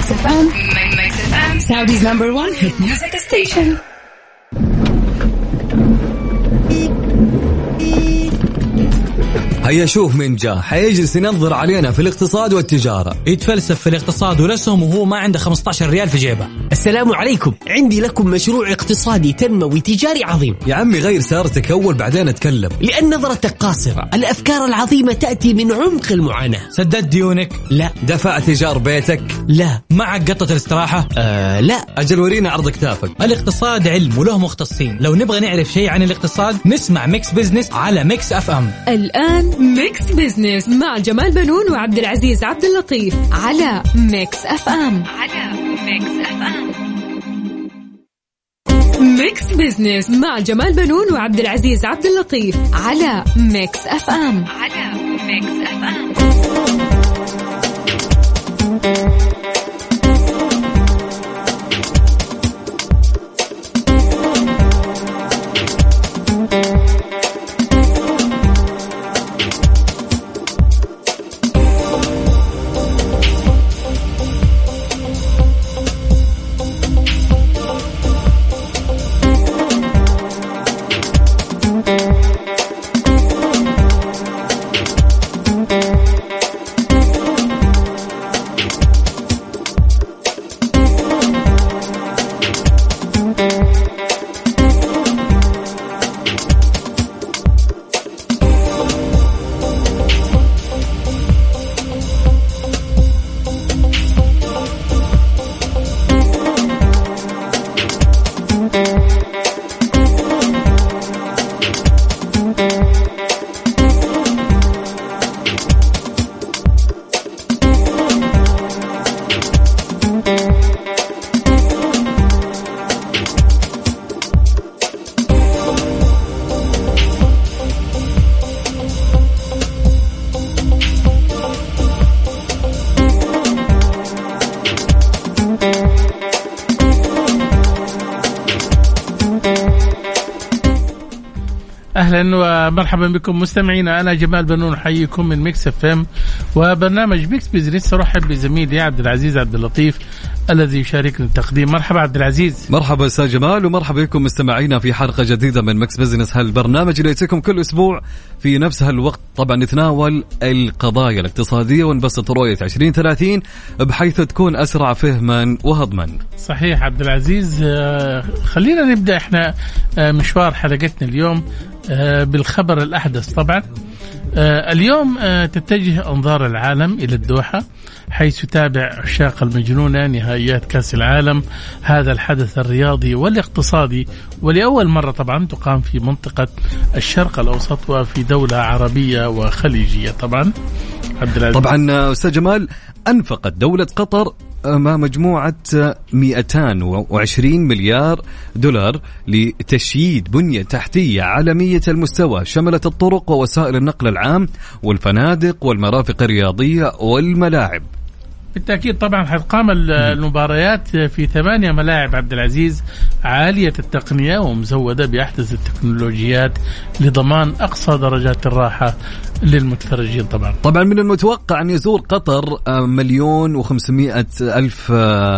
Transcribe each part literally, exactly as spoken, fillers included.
Mix إف إم. Mix إف إم. Saudi's number one hit music station. هيا شوف من جاء حيجلس ينظر علينا في الاقتصاد والتجارة، يتفلسف في الاقتصاد ورسم وهو ما عنده خمسة عشر ريال في جيبه. السلام عليكم، عندي لكم مشروع اقتصادي تنموي تجاري عظيم. يا عمي غير سيارتك أول بعدين أتكلم. لأن نظرتك قاصرة، الأفكار العظيمة تأتي من عمق المعاناة. سددت ديونك؟ لا. دفعت إيجار بيتك؟ لا. معك قطة الاستراحة؟ آه لا. أجل ورينا عرض كتافك. الاقتصاد علم وله مختصين، لو نبغى نعرف شيء عن الاقتصاد نسمع ميكس بيزنس على ميكس اف ام. الآن ميكس بيزنس مع جمال بنون وعبد العزيز عبد اللطيف على ميكس اف ام. على ميكس اف ام. ميكس بيزنس مع جمال بنون وعبد العزيز عبد اللطيف على ميكس اف ام. على ميكس اف ام. أهلا ومرحبا بكم مستمعينا، أنا جمال بنون حييكم من ميكس اف ام وبرنامج ميكس بيزنس. أرحب بزميلي عبد العزيز عبد اللطيف الذي يشاركنا التقديم. مرحبا عبد العزيز. مرحبا أستاذ جمال ومرحبا بكم مستمعينا في حلقة جديدة من ميكس بيزنس، هالبرنامج اللي يأتيكم كل أسبوع في نفس هالوقت. طبعا نتناول القضايا الاقتصادية ونبسط رؤية عشرين ثلاثين بحيث تكون أسرع فهما وهضما. صحيح عبد العزيز، خلينا نبدأ احنا مشوار حلقتنا اليوم بالخبر الأحدث. طبعا اليوم تتجه أنظار العالم إلى الدوحة حيث يتابع عشاق المجنونة نهائيات كأس العالم، هذا الحدث الرياضي والاقتصادي ولأول مرة طبعا تقام في منطقة الشرق الأوسط وفي دولة عربية وخليجية. طبعا عبد العزيز. طبعا أستاذ جمال، أنفقت دولة قطر مع مجموعة مئتين وعشرين مليار دولار لتشييد بنية تحتية عالمية المستوى شملت الطرق ووسائل النقل العام والفنادق والمرافق الرياضية والملاعب. بالتأكيد طبعا حتقام المباريات في ثمانية ملاعب عبد العزيز عالية التقنية ومزودة بأحدث التكنولوجيات لضمان أقصى درجات الراحة للمتفرجين. طبعا طبعا من المتوقع أن يزور قطر مليون وخمسمائة ألف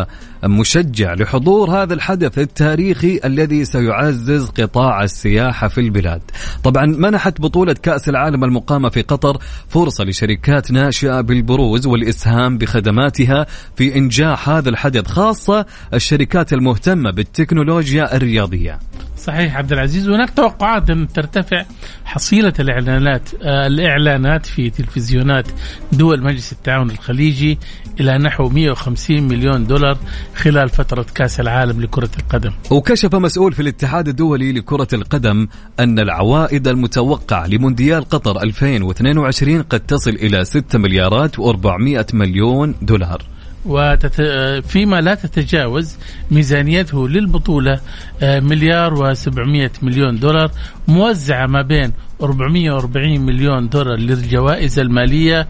مشجع لحضور هذا الحدث التاريخي الذي سيعزز قطاع السياحة في البلاد. طبعا منحت بطولة كأس العالم المقامة في قطر فرصة لشركات ناشئة بالبروز والإسهام بخدماتها في إنجاح هذا الحدث، خاصة الشركات المهتمة بالتكنولوجيا الرياضية. صحيح عبد العزيز، هناك توقعات أن ترتفع حصيلة الإعلانات آه الإعلانات في تلفزيونات دول مجلس التعاون الخليجي إلى نحو مئة وخمسين مليون دولار خلال فترة كأس العالم لكرة القدم. وكشف مسؤول في الاتحاد الدولي لكرة القدم أن العوائد المتوقعة لمونديال قطر ألفين واثنين وعشرين قد تصل إلى ستة مليارات وأربعمائة مليون دولار، وتت... فيما لا تتجاوز ميزانيته للبطولة مليار وسبعمائة مليون دولار موزعة ما بين أربعمائة وأربعين مليون دولار للجوائز المالية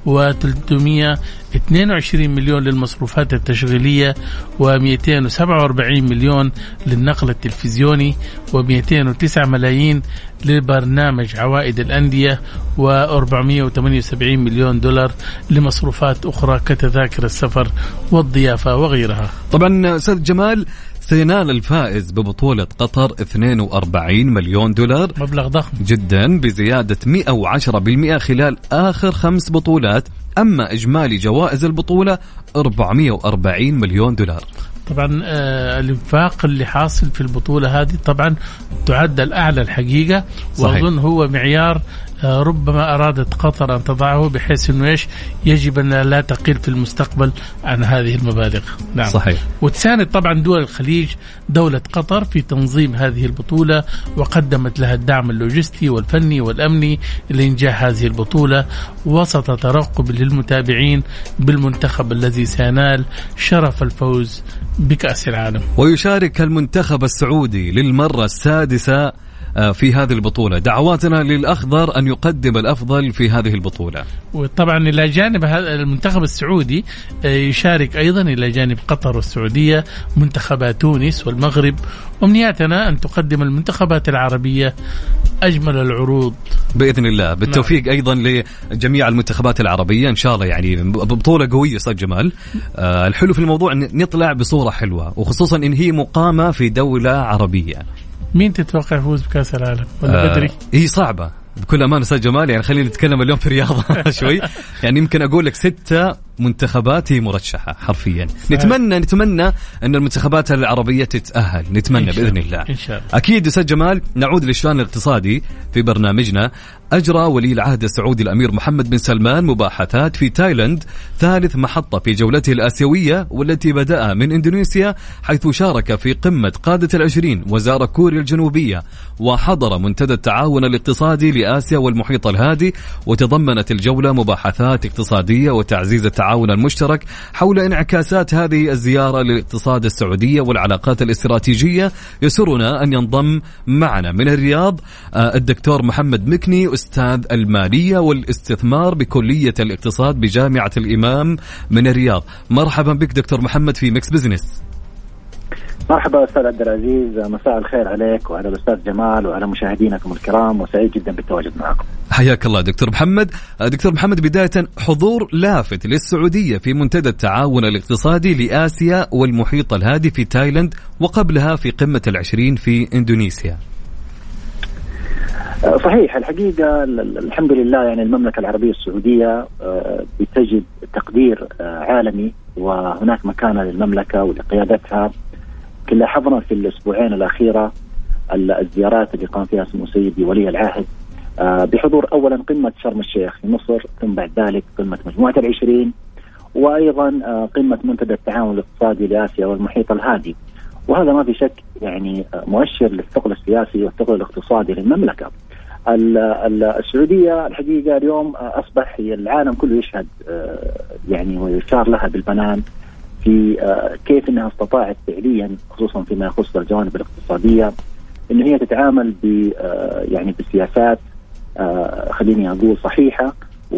وثلاثمائة واثنين وعشرين مليون للمصروفات التشغيلية ومئتين وسبعة وأربعين مليون للنقل التلفزيوني ومئتين وتسعة ملايين لبرنامج عوائد الأندية وأربعمائة وثمانية وسبعين مليون دولار لمصروفات أخرى كتذاكر السفر والضيافة وغيرها. طبعا أستاذ جمال، سينال الفائز ببطولة قطر اثنين وأربعين مليون دولار، مبلغ ضخم جدا بزيادة مئة وعشرة بالمئة خلال آخر خمس بطولات. أما إجمالي جوائز البطولة أربعمائة وأربعين مليون دولار. طبعا آه الانفاق اللي حاصل في البطولة هذه طبعا تعد الأعلى الحقيقة، وأظن هو معيار آه ربما أرادت قطر أن تضعه بحيث أنه إيش يجب أن لا تقل في المستقبل عن هذه المبالغ. نعم. صحيح. وتساند طبعا دول الخليج دولة قطر في تنظيم هذه البطولة، وقدمت لها الدعم اللوجستي والفني والأمني لإنجاح هذه البطولة وسط ترقب للمتابعين بالمنتخب الذي سينال شرف الفوز بكأس العالم. ويشارك المنتخب السعودي للمرة السادسة في هذه البطولة. دعواتنا للأخضر أن يقدم الأفضل في هذه البطولة. وطبعا إلى جانب هذا المنتخب السعودي يشارك أيضا إلى جانب قطر والسعودية منتخبات تونس والمغرب، ومنياتنا أن تقدم المنتخبات العربية أجمل العروض بإذن الله. بالتوفيق. نعم. أيضا لجميع المنتخبات العربية إن شاء الله، يعني بطولة قوية. أستاذ جمال، آه الحلو في الموضوع أن نطلع بصورة حلوة، وخصوصا إن هي مقامة في دولة عربية. مين تتوقع يفوز بكأس العالم ولا آه بدري؟ هي صعبة بكل أمانة أستاذ جمال، يعني خلينا نتكلم اليوم في رياضة شوي. يعني يمكن أقول لك ستة منتخبات هي مرشحة حرفيا. نتمنى نتمنى أن المنتخبات العربية تتأهل، نتمنى بإذن الله. إن شاء الله. أكيد أستاذ جمال. نعود للشأن الاقتصادي في برنامجنا. أجرى ولي العهد السعودي الأمير محمد بن سلمان مباحثات في تايلاند، ثالث محطة في جولته الآسيوية والتي بدأ من إندونيسيا، حيث شارك في قمة قادة العشرين وزار كوريا الجنوبية، وحضر منتدى التعاون الاقتصادي لآسيا والمحيط الهادي. وتضمنت الجولة مباحثات اقتصادية وتعزيز التعاون المشترك حول انعكاسات هذه الزيارة للاقتصاد السعودية والعلاقات الاستراتيجية. يسرنا أن ينضم معنا من الرياض الدكتور محمد مكني، أستاذ المالية والاستثمار بكلية الاقتصاد بجامعة الإمام من الرياض. مرحبا بك دكتور محمد في ميكس بزنس. مرحبا أستاذ عبد العزيز، مساء الخير عليك وعلى الأستاذ جمال وعلى مشاهدينكم الكرام، وسعيد جدا بالتواجد معكم. حياك الله دكتور محمد. دكتور محمد، بداية حضور لافت للسعودية في منتدى التعاون الاقتصادي لآسيا والمحيط الهادي في تايلاند، وقبلها في قمة العشرين في إندونيسيا. صحيح، الحقيقة الحمد لله يعني المملكة العربية السعودية بتجد تقدير عالمي، وهناك مكانة للمملكة ولقيادتها. كل لاحظنا في الأسبوعين الأخيرة الزيارات اللي قام فيها سمو سيدي ولي العهد بحضور أولا قمة شرم الشيخ في مصر، ثم بعد ذلك قمة مجموعة العشرين، وأيضا قمة منتدى التعاون الاقتصادي لآسيا والمحيط الهادي. وهذا ما في شك يعني مؤشر للثقل السياسي والثقل الاقتصادي للمملكة. السعودية الحقيقة اليوم أصبح العالم كله يشهد يعني ويشار لها بالبنان في كيف أنها استطاعت فعليا، خصوصا فيما يخص الجوانب الاقتصادية، أن هي تتعامل ب يعني بسياسات خليني أقول صحيحة،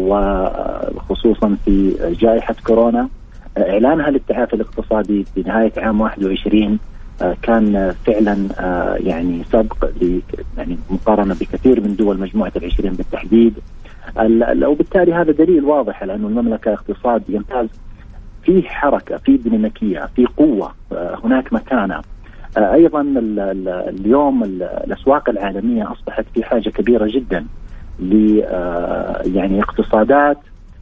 وخصوصا في جائحة كورونا. إعلانها للتعافي الاقتصادي في نهاية عام واحد وعشرين كان فعلا يعني سبق يعني مقارنة بكثير من دول مجموعة العشرين بالتحديد. وبالتالي هذا دليل واضح على أن المملكة اقتصاد يمتاز، في حركة، في ديناميكية، في قوة، هناك مكانة. أيضا اليوم الأسواق العالمية أصبحت في حاجة كبيرة جدا ل يعني اقتصادات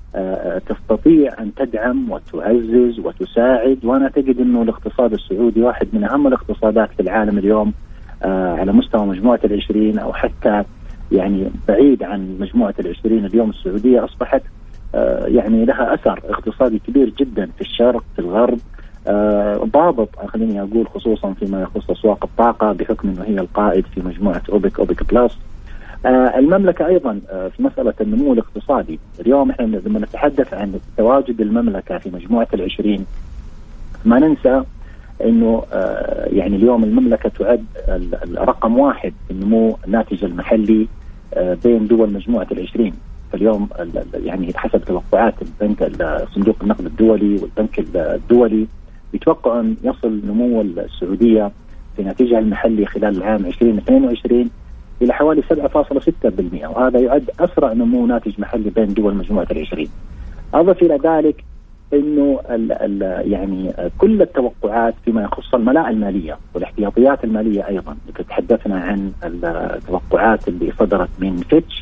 تستطيع أن تدعم وتعزز وتساعد. وأنا أعتقد أنه الاقتصاد السعودي واحد من أهم الاقتصادات في العالم اليوم على مستوى مجموعة العشرين، أو حتى يعني بعيد عن مجموعة العشرين. اليوم السعودية أصبحت يعني لها أثر اقتصادي كبير جدا في الشرق، في الغرب، ضابط خليني أقول خصوصا فيما يخص أسواق الطاقة، بحكم أنه هي القائد في مجموعة أوبك أوبك بلس. المملكة أيضا في مسألة النمو الاقتصادي. اليوم احنا لما نتحدث عن تواجد المملكة في مجموعة العشرين ما ننسى أنه يعني اليوم المملكة تعد الرقم واحد في النمو الناتج المحلي بين دول مجموعة العشرين. فاليوم يعني حسب توقعات البنك صندوق النقد الدولي والبنك الدولي بيتوقع أن يصل نمو السعودية في ناتجها المحلي خلال العام عشرين اثنين وعشرين إلى حوالي سبعة فاصلة ستة بالمئة، وهذا يعد أسرع نمو ناتج محلي بين دول مجموعة العشرين. أضف إلى ذلك إنه ال ال يعني كل التوقعات فيما يخص الملاءة المالية والاحتياطيات المالية أيضا، تحدثنا عن التوقعات اللي صدرت من فيتش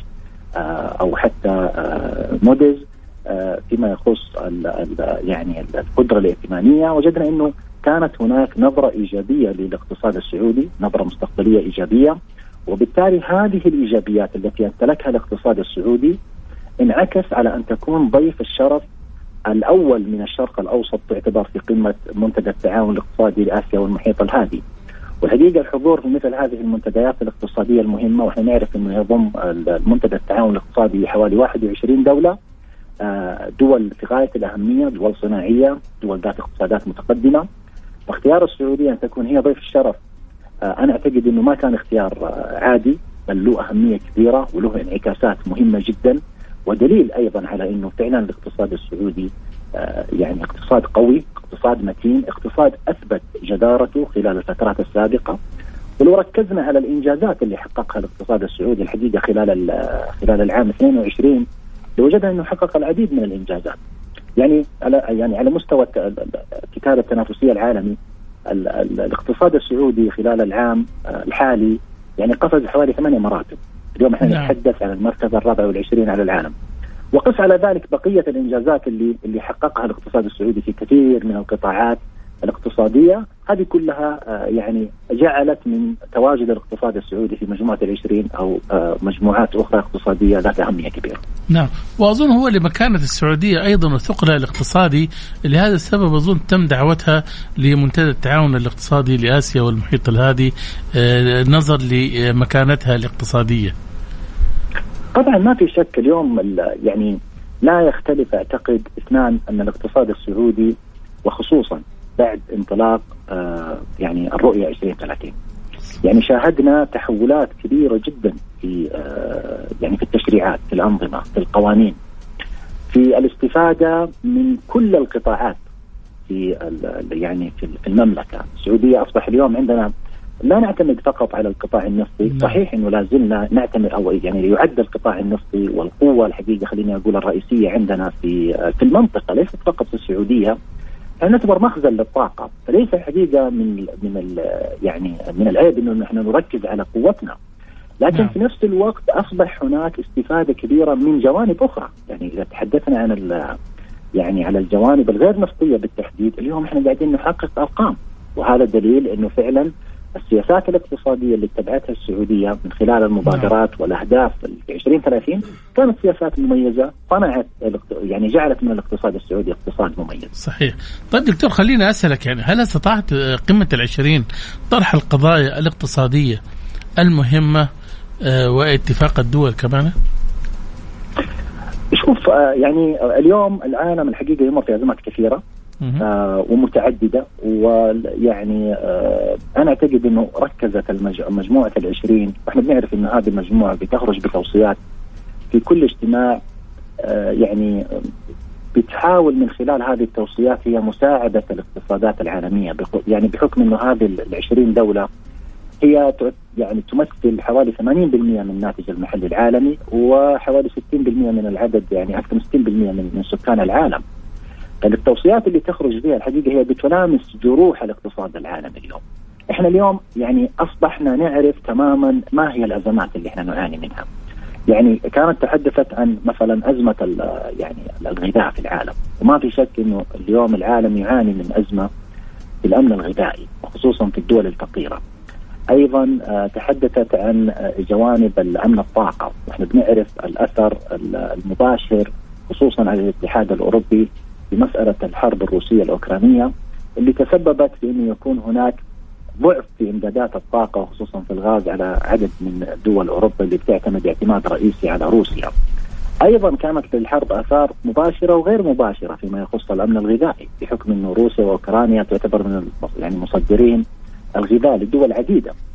أو حتى موديز فيما يخص ال ال يعني القدرة الائتمانية، وجدنا إنه كانت هناك نظرة إيجابية للاقتصاد السعودي، نظرة مستقبلية إيجابية، وبالتالي هذه الإيجابيات التي يمتلكها الاقتصاد السعودي انعكس على أن تكون ضيف الشرف الأول من الشرق الأوسط باعتبار في قمة منتدى التعاون الاقتصادي لآسيا والمحيط الهادي. والحقيقة الحضور في مثل هذه المنتديات الاقتصادية المهمة، ونحن نعرف أنه يضم المنتدى التعاون الاقتصادي حوالي واحد وعشرين دولة، دول في غاية الأهمية، دول صناعية، دول ذات اقتصادات متقدمة. واختيار السعودية أن تكون هي ضيف الشرف أنا أعتقد أنه ما كان اختيار عادي، بل له أهمية كبيرة وله انعكاسات مهمة جدا، ودليل أيضا على أنه فعلا الاقتصاد السعودي يعني اقتصاد قوي، اقتصاد متين، اقتصاد أثبت جدارته خلال الفترات السابقة. ولو ركزنا على الإنجازات اللي حققها الاقتصاد السعودي الحقيقة خلال خلال العام اثنين وعشرين لوجدنا أنه حقق العديد من الإنجازات. يعني على يعني على مستوى الكتاب التنافسية العالمي، ال ال الاقتصاد السعودي خلال العام الحالي يعني قفز حوالي ثمانية مراتب. اليوم احنا نعم. نتحدث عن المركز الرابع والعشرين على العالم. وقس على ذلك بقية الإنجازات اللي اللي حققها الاقتصاد السعودي في كثير من القطاعات الاقتصادية، هذه كلها يعني جعلت من تواجد الاقتصاد السعودي في مجموعة العشرين أو مجموعات أخرى اقتصادية ذات أهمية كبيرة. نعم، وأظن هو لمكانة السعودية أيضا وثقلها الاقتصادي، لهذا السبب أظن تم دعوتها لمنتدى التعاون الاقتصادي لآسيا والمحيط الهادي نظر لمكانتها الاقتصادية. طبعا ما في شك اليوم يعني لا يختلف أعتقد اثنان أن الاقتصاد السعودي وخصوصا بعد انطلاق آه يعني الرؤية عشرين ثلاثين يعني شاهدنا تحولات كبيرة جدا في آه يعني في التشريعات، في الأنظمة، في القوانين، في الاستفادة من كل القطاعات في يعني في المملكة السعودية. أصبح اليوم عندنا لا نعتمد فقط على القطاع النفطي، صحيح إنه لازلنا نعتمد أو يعني يعد القطاع النفطي والقوة الحقيقة خليني أقول الرئيسية عندنا في في المنطقة ليست فقط في السعودية، نعتبر مخزن للطاقة. فليس الحقيقة من من يعني من العيب إنه نحن نركز على قوتنا، لكن نعم. في نفس الوقت أصبح هناك استفادة كبيرة من جوانب أخرى. يعني إذا تحدثنا عن يعني على الجوانب الغير نفطية بالتحديد، اليوم إحنا قاعدين نحقق أرقام، وهذا دليل إنه فعلا السياسات الاقتصادية اللي اتبعتها السعودية من خلال المبادرات نعم. والأهداف في عشرين ثلاثين كانت سياسات مميزة، صنعت يعني جعلت من الاقتصاد السعودي اقتصاد مميز. صحيح. طيب دكتور خليني أسألك، يعني هل استطاعت قمة العشرين طرح القضايا الاقتصادية المهمة واتفاق الدول كمان؟ شوف يعني اليوم العالم الحقيقة يمر في أزمات كثيرة آه ومتعددة، ويعني آه أنا أعتقد أنه ركزت المج... مجموعة العشرين، وإحنا بنعرف أن هذه المجموعة بتخرج بتوصيات في كل اجتماع آه يعني بتحاول من خلال هذه التوصيات هي مساعدة الاقتصادات العالمية، بخ... يعني بحكم أنه هذه العشرين دولة هي يعني تمثل حوالي ثمانين بالمئة من الناتج المحلي العالمي، وحوالي ستين بالمئة من العدد يعني أكثر من ستين بالمئة من... من سكان العالم. التوصيات اللي تخرج بها الحقيقة هي بتلامس جروح الاقتصاد العالمي اليوم. احنا اليوم يعني اصبحنا نعرف تماما ما هي الازمات اللي احنا نعاني منها. يعني كانت تحدثت عن مثلا ازمة يعني الغذاء في العالم، وما في شك انه اليوم العالم يعاني من ازمة في الامن الغذائي وخصوصا في الدول الفقيرة. ايضا تحدثت عن جوانب الامن الطاقة، واحنا بنعرف الاثر المباشر خصوصا على الاتحاد الاوروبي بمسألة الحرب الروسية الأوكرانية اللي تسببت في أنه يكون هناك ضعف في إمدادات الطاقة وخصوصا في الغاز على عدد من دول أوروبا اللي بتعتمد اعتماد رئيسي على روسيا. أيضا كانت للحرب آثار مباشرة وغير مباشرة فيما يخص الأمن الغذائي، بحكم أنه روسيا وأوكرانيا تعتبر من يعني مصدرين الغذاء لدول عديدة.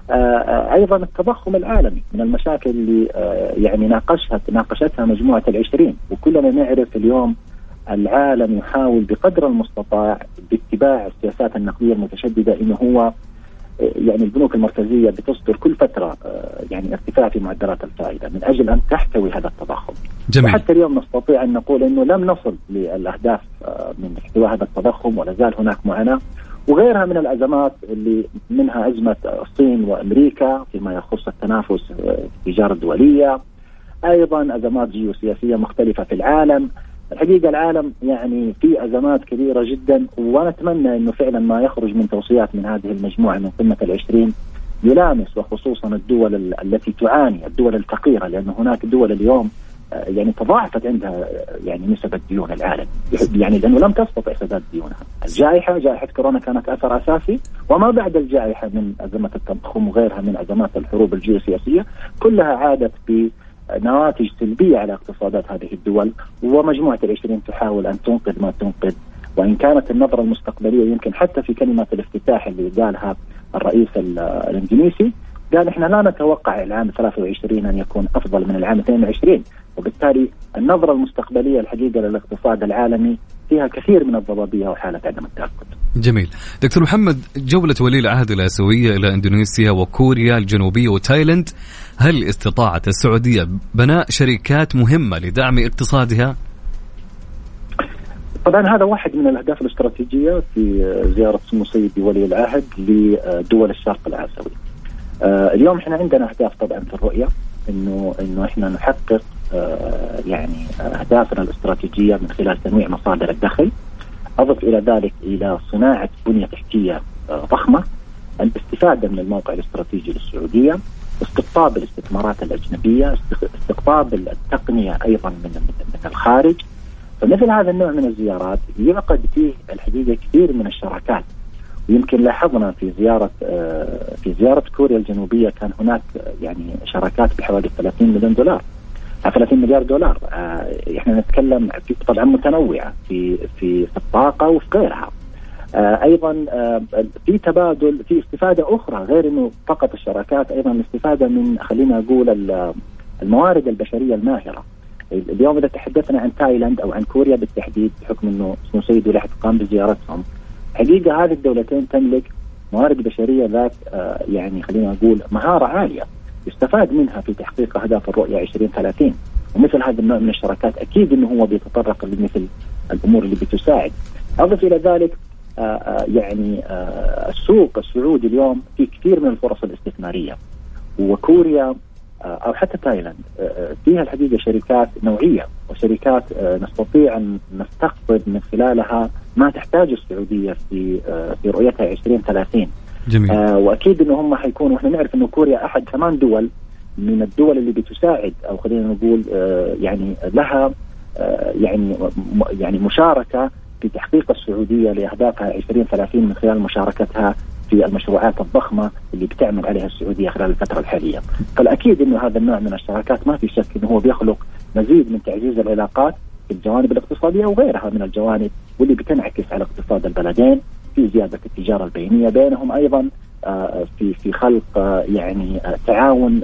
أيضا التضخم العالمي من المشاكل اللي يعني ناقشها ناقشتها مجموعة العشرين، وكلنا نعرف اليوم العالم يحاول بقدر المستطاع باتباع السياسات النقدية المتشددة إنه هو يعني البنوك المركزية بتصدر كل فترة يعني ارتفاع في معدلات الفائدة من أجل أن تحتوي هذا التضخم. جميل. وحتى اليوم نستطيع أن نقول إنه لم نصل للأهداف من احتواء هذا التضخم ولا زال هناك معاناة، وغيرها من الأزمات اللي منها أزمة الصين وأمريكا فيما يخص التنافس في التجارة الدولية، أيضا أزمات جيوسياسية مختلفة في العالم. الحقيقة العالم يعني في أزمات كبيرة جدا، ونتمنى أنه فعلا ما يخرج من توصيات من هذه المجموعة من قمة العشرين يلامس وخصوصا الدول التي تعاني، الدول الفقيرة، لأن هناك دول اليوم يعني تضاعفت عندها يعني نسب الديون العالم، يعني لأنه لم تستطع سداد ديونها. الجائحة جائحة كورونا كانت أثر أساسي، وما بعد الجائحة من أزمة التضخم وغيرها من أزمات الحروب الجيوسياسية كلها عادت بنواتج سلبية على اقتصادات هذه الدول، ومجموعة العشرين تحاول أن تنقذ ما تنقذ. وإن كانت النظرة المستقبلية يمكن حتى في كلمة الافتتاح اللي قالها الرئيس الإندونيسي قال إحنا لا نتوقع العام ثلاثة وعشرين أن يكون أفضل من العام اثنين وعشرين، وبالتالي النظرة المستقبلية الحقيقة للاقتصاد العالمي فيها كثير من الضبابية وحالة عدم التأكد. جميل. دكتور محمد، جولة ولي العهد الآسيوية إلى إندونيسيا وكوريا الجنوبية وتايلاند، هل استطاعت السعودية بناء شركات مهمة لدعم اقتصادها؟ طبعا هذا واحد من الأهداف الاستراتيجية في زيارة سمو سيدي ولي العهد لدول الشرق الآسيوي. آه اليوم احنا عندنا أهداف طبعا في الرؤية إنه إنه احنا نحقق آه يعني أهدافنا الاستراتيجية من خلال تنويع مصادر الدخل، أضف إلى ذلك إلى صناعة بنية تحتية آه ضخمة، الاستفادة من الموقع الاستراتيجي للسعودية، استقطاب الاستثمارات الأجنبية، استقطاب التقنية أيضا من من الخارج. فمثل هذا النوع من الزيارات يعقد فيه الحقيقة كثير من الشراكات. يمكن لاحظنا في زيارة في زيارة كوريا الجنوبية كان هناك يعني شراكات بحوالي ثلاثين مليون دولار، ثلاثين مليار دولار. احنا نتكلم في طبعا متنوعة في في في الطاقة وفي غيرها. ايضا في تبادل، في استفادة اخرى غير انه فقط الشراكات، ايضا الاستفادة من خلينا نقول الموارد البشرية الماهرة. اليوم إذا تحدثنا عن تايلاند أو عن كوريا بالتحديد بحكم أنه سمو سيدي ولي العهد قام بزيارتهم، حقيقة هذه الدولتين تملك موارد بشرية ذات آه يعني خلينا نقول مهارة عالية يستفاد منها في تحقيق أهداف الرؤية عشرين ثلاثين. ومثل هذا النوع من الشراكات أكيد أنه هو بيتطرق لمثل الأمور اللي بتساعد. أضف إلى ذلك آه آه يعني آه السوق السعودي اليوم في كثير من الفرص الاستثمارية، وكوريا أو حتى تايلاند فيها الحقيقة شركات نوعية وشركات نستطيع أن نستقطب من خلالها ما تحتاج السعودية في في رؤيتها عشرين ثلاثين. جميل. وأكيد إنه هم حيكونوا، إحنا نعرف إنه كوريا أحد ثمان دول من الدول اللي بتساعد أو خلينا نقول يعني لها يعني يعني مشاركة في تحقيق السعودية لأهدافها عشرين ثلاثين من خلال مشاركتها في المشروعات الضخمة اللي بتعمل عليها السعودية خلال الفترة الحالية. فالأكيد إنه هذا النوع من الشراكات ما في شك إنه هو بيخلق مزيد من تعزيز العلاقات في الجوانب الاقتصادية وغيرها من الجوانب، واللي بتنعكس على اقتصاد البلدين في زيادة التجارة البينية بينهم، أيضا في في خلق يعني تعاون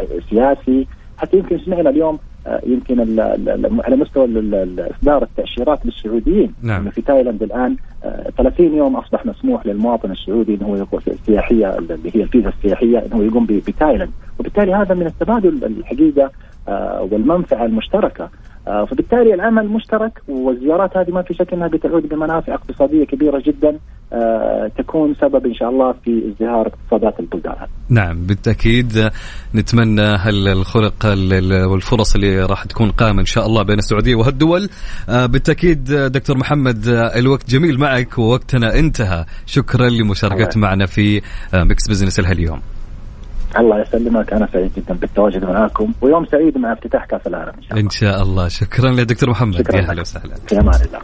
سياسي. حتى يمكن سمعنا اليوم يمكن على مستوى إصدار التأشيرات للسعوديين. نعم. في تايلاند الآن ثلاثين يوم أصبح مسموح للمواطن السعودي أنه يقوم السياحية اللي هي الفيزا السياحية أنه يقوم بتايلاند، وبالتالي هذا من التبادل الحقيقة والمنفعة المشتركة. فبالتالي العمل مشترك، والزيارات هذه ما في شك أنها بتعود بمنافع اقتصادية كبيرة جدا تكون سبب إن شاء الله في ازدهار اقتصادات البلدان. نعم بالتأكيد، نتمنى هالخلق والفرص اللي راح تكون قائمة إن شاء الله بين السعودية وهالدول. بالتأكيد دكتور محمد، الوقت جميل معك ووقتنا انتهى. شكرا لمشاركتك معنا في ميكس بزنس اليوم. الله يسلمك، أنا سعيد جدا بالتواجد معكم، ويوم سعيد مع افتتاح كأس العالم إن شاء الله. إن شاء الله. شكرا لدكتور محمد، يا هلا وسهلا. في أمان الله.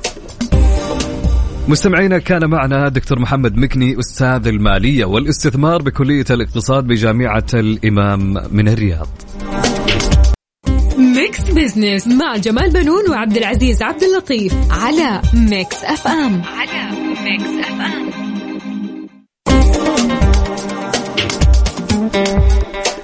مستمعينا، كان معنا دكتور محمد مكني، أستاذ المالية والاستثمار بكلية الاقتصاد بجامعة الإمام من الرياض. ميكس بزنس مع جمال بنون وعبد العزيز عبد اللطيف على ميكس اف ام. على ميكس اف ام.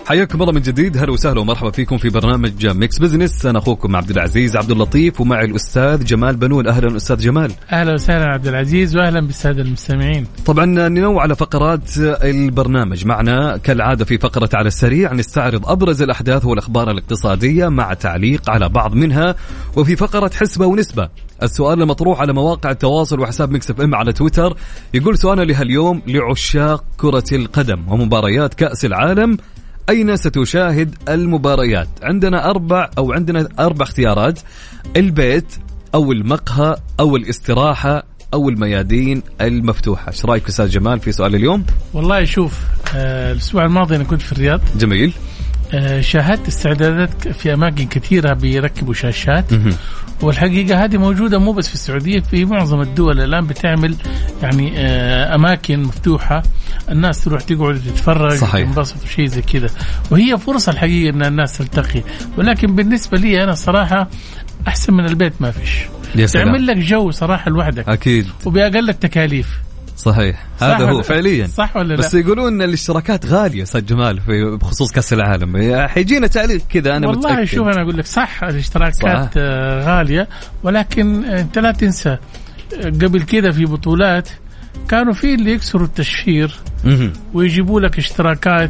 حياكم الله من جديد، هلا وسهلا ومرحبا فيكم في برنامج ميكس بزنس. أنا أخوكم عبد العزيز عبد اللطيف ومعي الأستاذ جمال بنون. أهلا أستاذ جمال. أهلا وسهلا عبد العزيز وأهلا بالسادة المستمعين. طبعا ننوع على فقرات البرنامج. معنا كالعادة في فقرة على السريع نستعرض أبرز الأحداث والأخبار الاقتصادية مع تعليق على بعض منها، وفي فقرة حسبة ونسبة السؤال المطروح على مواقع التواصل وحساب ميكس اف ام على تويتر يقول سؤالنا لهاليوم: لعشاق كرة القدم ومباريات كأس العالم أين ستشاهد المباريات؟ عندنا أربع أو عندنا أربع اختيارات: البيت أو المقهى أو الاستراحة أو الميادين المفتوحة. ايش رايك أستاذ جمال في سؤال اليوم؟ والله شوف، آه الأسبوع الماضي أنا كنت في الرياض. جميل. آه شاهدت استعدادات في أماكن كثيرة بيركبوا شاشات، والحقيقة هذه موجودة مو بس في السعودية، في معظم الدول الآن بتعمل يعني آه أماكن مفتوحة الناس تروح تقعد تتفرج وتنبسط وشيء زي كذا، وهي فرصة الحقيقة أن الناس تلتقي. ولكن بالنسبة لي أنا صراحة أحسن من البيت ما فيش. تعمل لك جو صراحة لوحدك أكيد وبأقل التكاليف. صحيح، هذا هو فعليا. صح ولا لا؟ بس يقولون الاشتراكات غالية أستاذ جمال في بخصوص كأس العالم. حيجينا تعليق كذا أنا والله متأكد. شوف أنا أقول لك صح الاشتراكات صح. غالية، ولكن أنت لا تنسى قبل كذا في بطولات كانوا في اللي يكسروا التشفير ويجيبوا لك اشتراكات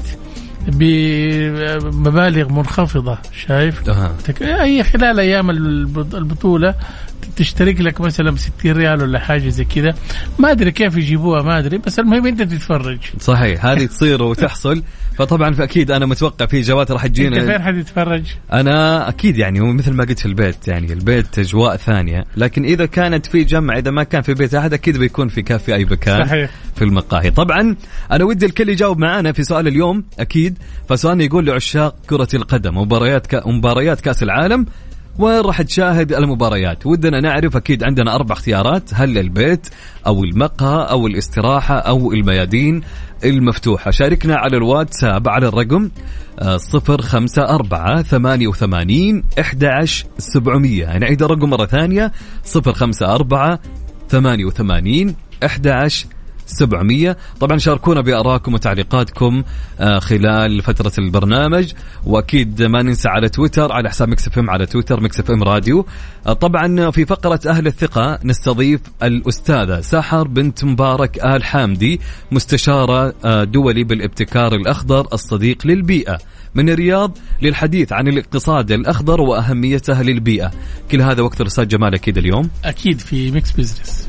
بمبالغ منخفضة. شايف؟ أه. أي خلال أيام البطولة تشترك لك مثلا بستين ريال ولا حاجة زي كذا، ما أدري كيف يجيبوها ما أدري، بس المهم أنت تتفرج. صحيح، هذه تصير وتحصل. فطبعا أكيد أنا متوقع في إجابات راح تجينا. أنت فين حد يتفرج؟ أنا أكيد يعني هو مثل ما قلت في البيت، يعني البيت أجواء ثانية، لكن إذا كانت في جمع، إذا ما كان في بيت أحد أكيد بيكون في كافي أي مكان. صحيح. في المقاهي. طبعا أنا ودي الكل يجاوب معنا في سؤال اليوم أكيد. فسؤالنا يقول: لعشاق كرة القدم مباريات ك... مباريات كأس العالم وين راح تشاهد المباريات؟ ودنا نعرف. أكيد عندنا أربع اختيارات: هل البيت أو المقهى أو الاستراحة أو الميادين المفتوحة. شاركنا على الواتساب على الرقم صفر خمسة أربعة ثمانية وثمانين أحد عشر سبعمية. نعيد الرقم مرة ثانية: صفر خمسة أربعة ثمانية وثمانين أحد عشر سبعمية. طبعا شاركونا بآراءكم وتعليقاتكم خلال فترة البرنامج، وأكيد ما ننسى على تويتر على حساب ميكس اف ام على تويتر ميكس اف ام راديو. طبعا في فقرة أهل الثقة نستضيف الأستاذة سحر بنت مبارك آل حامدي، مستشارة دولي بالابتكار الأخضر الصديق للبيئة من الرياض، للحديث عن الاقتصاد الأخضر وأهميته للبيئة. كل هذا وقت الأستاذ جمال أكيد اليوم أكيد في ميكس بيزنس.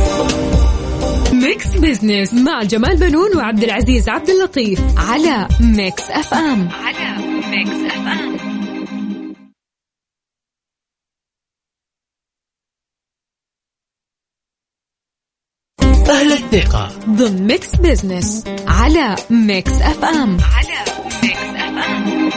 ميكس بزنس مع جمال بنون وعبد العزيز عبد اللطيف على ميكس اف ام. على ميكس اف ام. أهل الثقة ضمن ميكس بزنس على ميكس اف ام. على ميكس اف ام.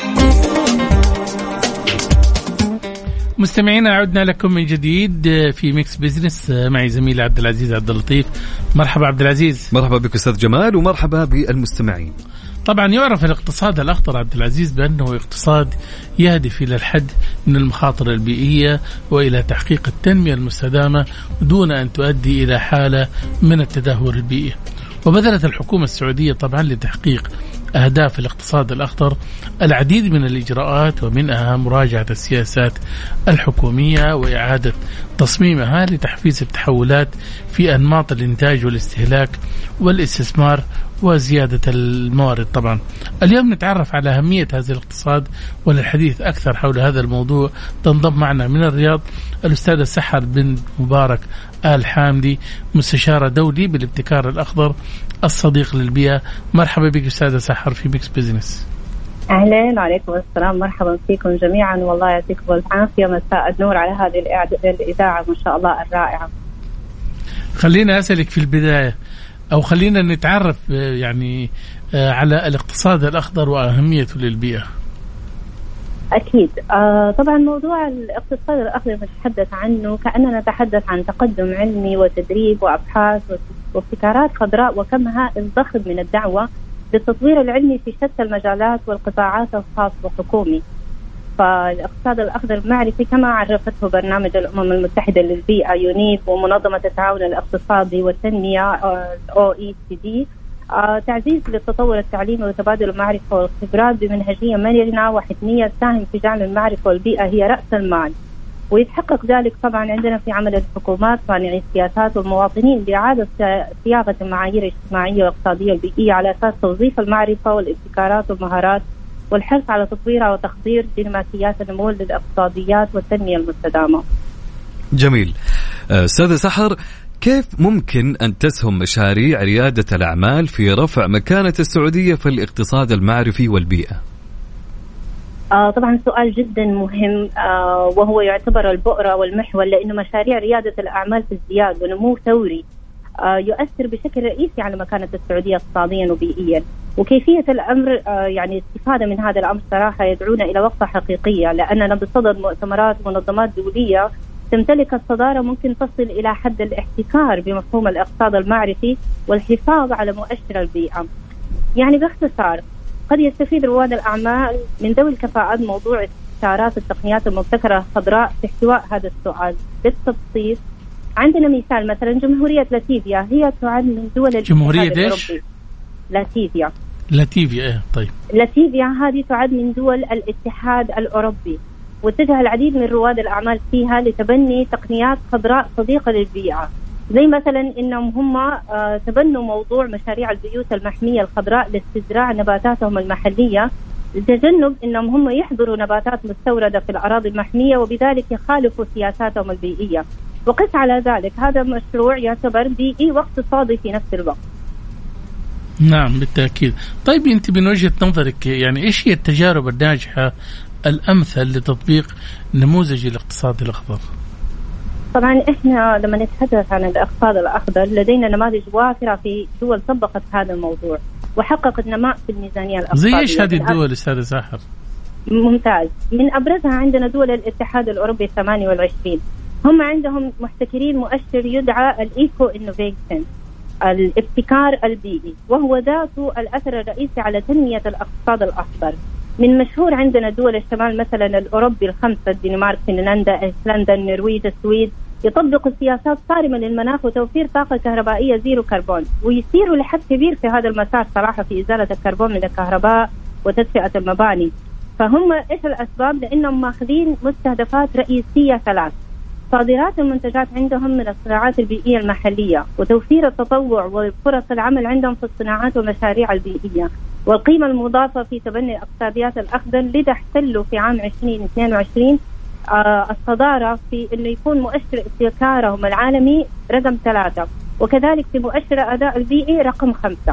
مستمعينا عدنا لكم من جديد في ميكس بيزنس معي زميلي عبد العزيز عبد اللطيف. مرحبا عبد العزيز. مرحبا بك أستاذ جمال ومرحبا بالمستمعين. طبعا يعرف الاقتصاد الأخضر عبد العزيز بأنه اقتصاد يهدف إلى الحد من المخاطر البيئية وإلى تحقيق التنمية المستدامة دون أن تؤدي إلى حالة من التدهور البيئي. وبذلت الحكومة السعودية طبعا لتحقيق أهداف الاقتصاد الأخضر العديد من الإجراءات، ومنها مراجعة السياسات الحكومية وإعادة تصميمها لتحفيز التحولات في أنماط الإنتاج والاستهلاك والاستثمار وزيادة الموارد. طبعا اليوم نتعرف على أهمية هذا الاقتصاد، وللحديث أكثر حول هذا الموضوع تنضم معنا من الرياض الأستاذة سحر بنت مبارك آل حامدي، مستشارة دولي بالابتكار الأخضر الصديق للبيئة. مرحبا بك أستاذة سحر في ميكس بزنس. أهلين عليكم السلام، مرحبا فيكم جميعا، والله يعطيكم العافية، مساء النور على هذه الإذاعة ما شاء الله الرائعة. خلينا أسألك في البداية، أو خلينا نتعرف يعني على الاقتصاد الأخضر وأهميته للبيئة. أكيد. آه طبعا موضوع الاقتصاد الأخضر نتحدث عنه كأننا نتحدث عن تقدم علمي وتدريب وأبحاث وابتكارات خضراء وكم هائل ضخم من الدعوة للتطوير العلمي في شتى المجالات والقطاعات الخاص والحكومي. فالاقتصاد الأخضر معرفي كما عرفته برنامج الأمم المتحدة للبيئة يونيب ومنظمة التعاون الاقتصادي والتنمية أو إي سي دي آه تعزيز للتطور التعليمي وتبادل المعرفة والخبرات بمنهجية مرنة وحتمية تساهم في جعل المعرفة والبيئة هي رأس المال، ويتحقق ذلك طبعا عندنا في عمل الحكومات صانعي السياسات والمواطنين بإعادة صياغة المعايير الاجتماعية والاقتصادية والبيئية على أساس توظيف المعرفة والابتكارات والمهارات والحرص على تطويرها وتخطير ديناميكيات النمو للاقتصاديات والتنمية المستدامة. جميل. أستاذة سحر، كيف ممكن أن تسهم مشاريع ريادة الأعمال في رفع مكانة السعودية في الاقتصاد المعرفي والبيئة؟ آه طبعا سؤال جدا مهم، آه وهو يعتبر البؤرة والمحور، لأنه مشاريع ريادة الأعمال في ازدياد ونمو ثوري آه يؤثر بشكل رئيسي على مكانة السعودية اقتصاديا وبيئيا. وكيفية الأمر آه يعني الاستفادة من هذا الأمر صراحة يدعونا إلى وقفة حقيقية، لأننا بصدد مؤتمرات ومنظمات دولية تمتلك الصدارة ممكن تصل إلى حد الاحتكار بمفهوم الاقتصاد المعرفي والحفاظ على مؤشر البيئة. يعني باختصار، قد يستفيد رواد الأعمال من ذوي الكفاءات موضوع استشارات التقنيات المبتكرة الخضراء في احتواء هذا السؤال بالتبسيط. عندنا مثال مثلا جمهورية لاتفيا، هي تعد من دول جمهورية ايش؟ لاتفيا. لاتفيا ايه طيب. لاتفيا هذه تعد من دول الاتحاد الأوروبي، واتجه العديد من رواد الأعمال فيها لتبني تقنيات خضراء صديقة للبيئة، زي مثلا إنهم هم تبنوا موضوع مشاريع البيوت المحمية الخضراء لاستزراع نباتاتهم المحلية لتجنب إنهم هم يحضروا نباتات مستوردة في الأراضي المحمية وبذلك يخالفوا سياساتهم البيئية. وقس على ذلك هذا مشروع يعتبر بيئي واقتصادي في نفس الوقت. نعم بالتأكيد. طيب أنت من وجهة نظرك يعني إيش هي التجارب الناجحة الأمثل لتطبيق نموذج الاقتصاد الأخضر؟ طبعا إحنا لما نتحدث عن الاقتصاد الأخضر لدينا نماذج وافرة في دول طبقت هذا الموضوع وحققت نماء في الميزانية الاقتصادية. زي إيش هذه الدول أستاذ ساحر؟ ممتاز. من أبرزها عندنا دول الاتحاد الأوروبي الثمانية والعشرين، هم عندهم محتكرين مؤشر يدعى الإيكو إنوفيشن، الابتكار البيئي، وهو ذاته الأثر الرئيسي على تنمية الاقتصاد الأخضر. من مشهور عندنا دول الشمال مثلا الأوروبي الخمسة، الدنمارك، فنلندا، أيسلندا، النرويج، السويد، يطبقوا سياسات صارمة للمناخ وتوفير طاقة كهربائية زيرو كربون، ويسيروا لحد كبير في هذا المسار صراحة في إزالة الكربون من الكهرباء وتدفئة المباني. فهم إيش الأسباب؟ لأنهم ماخذين مستهدفات رئيسية ثلاث: صادرات المنتجات عندهم من الصناعات البيئية المحلية، وتوفير التطوع وفرص العمل عندهم في الصناعات والمشاريع البيئية، والقيمة المضافة في تبني الاقتصاديات الأخضر. لذا احتلوا في عام عشرين اثنين وعشرين آه الصدارة في أنه يكون مؤشر ابتكارهم العالمي رقم ثلاثة، وكذلك في مؤشر أداء البيئي رقم خمسة.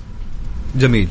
جميل.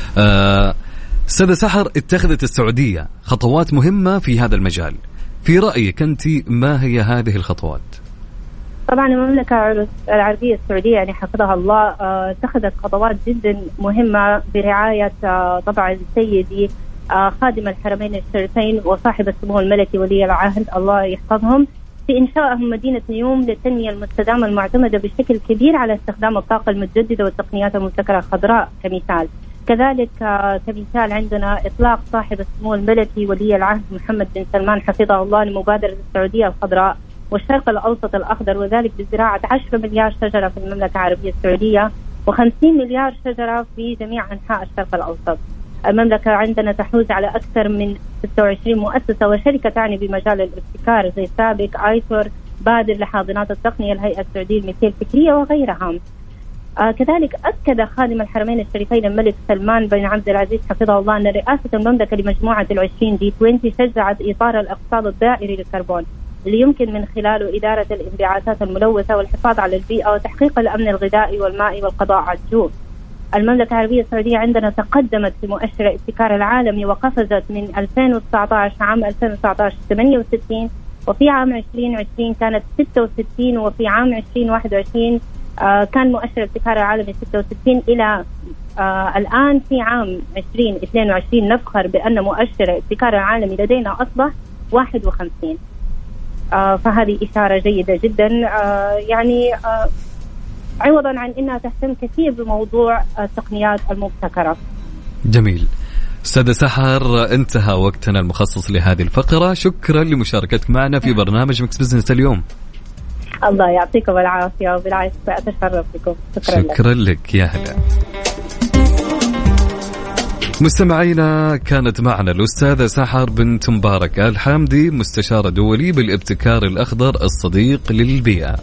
آه سيدة سحر، اتخذت السعودية خطوات مهمة في هذا المجال، في رأيك أنت ما هي هذه الخطوات؟ طبعا المملكة العربية السعودية يعني حفظها الله اتخذت خطوات جدا مهمة برعاية طبعا سيدي خادم الحرمين الشريفين وصاحب السمو الملكي ولي العهد الله يحفظهم، في إنشائهم مدينة نيوم للتنمية المستدامة المعتمدة بشكل كبير على استخدام الطاقة المتجددة والتقنيات المبتكرة الخضراء كمثال. كذلك كمثال عندنا إطلاق صاحب السمو الملكي ولي العهد محمد بن سلمان حفظه الله لمبادرة السعودية الخضراء والشرق الأوسط الأخضر، وذلك بزراعة عشرة مليار شجرة في المملكة العربية السعودية وخمسين مليار شجرة في جميع أنحاء الشرق الأوسط. المملكة عندنا تحوز على أكثر من ستة وعشرين مؤسسة وشركة تعني بمجال الابتكار زي سابق، آيتور، بادر لحاضنات التقنية، الهيئة السعودية للملكية الفكرية وغيرها. آه كذلك أكد خادم الحرمين الشريفين الملك سلمان بن عبد العزيز حفظه الله أن رئاسة المملكة لمجموعة العشرين جي عشرين شجعت إطار الاقتصاد الدائري للكربون اللي يمكن من خلاله إدارة الانبعاثات الملوثة والحفاظ على البيئة وتحقيق الأمن الغذائي والمائي والقضاء على الجوع. المملكة العربية السعودية عندنا تقدمت في مؤشر الابتكار العالمي وقفزت من ألفين وتسعة عشر عام ألفين وتسعة عشر ثمانية وستين، وفي عام عشرين عشرين كانت ستة وستين، وفي عام عشرين واحد وعشرين آه كان مؤشر الابتكار العالمي ستة وستين. إلى آه الآن في عام عشرين اثنين وعشرين نفخر بأن مؤشر الابتكار العالمي لدينا أصبح واحد وخمسين. آه فهذه إشارة جيدة جدا، آه يعني آه عوضا عن أنها تهتم كثير بموضوع التقنيات المبتكرة. جميل. أستاذة سحر، انتهى وقتنا المخصص لهذه الفقرة، شكرا لمشاركتك معنا في برنامج ميكس بزنس اليوم. الله يعطيكم العافية وبالعافية أتشرف بكم. شكرا, شكرا لك. لك يا هلا. مستمعينا، كانت معنا الأستاذة سحر بنت مبارك الحامدي، مستشارة دولي بالابتكار الأخضر الصديق للبيئة.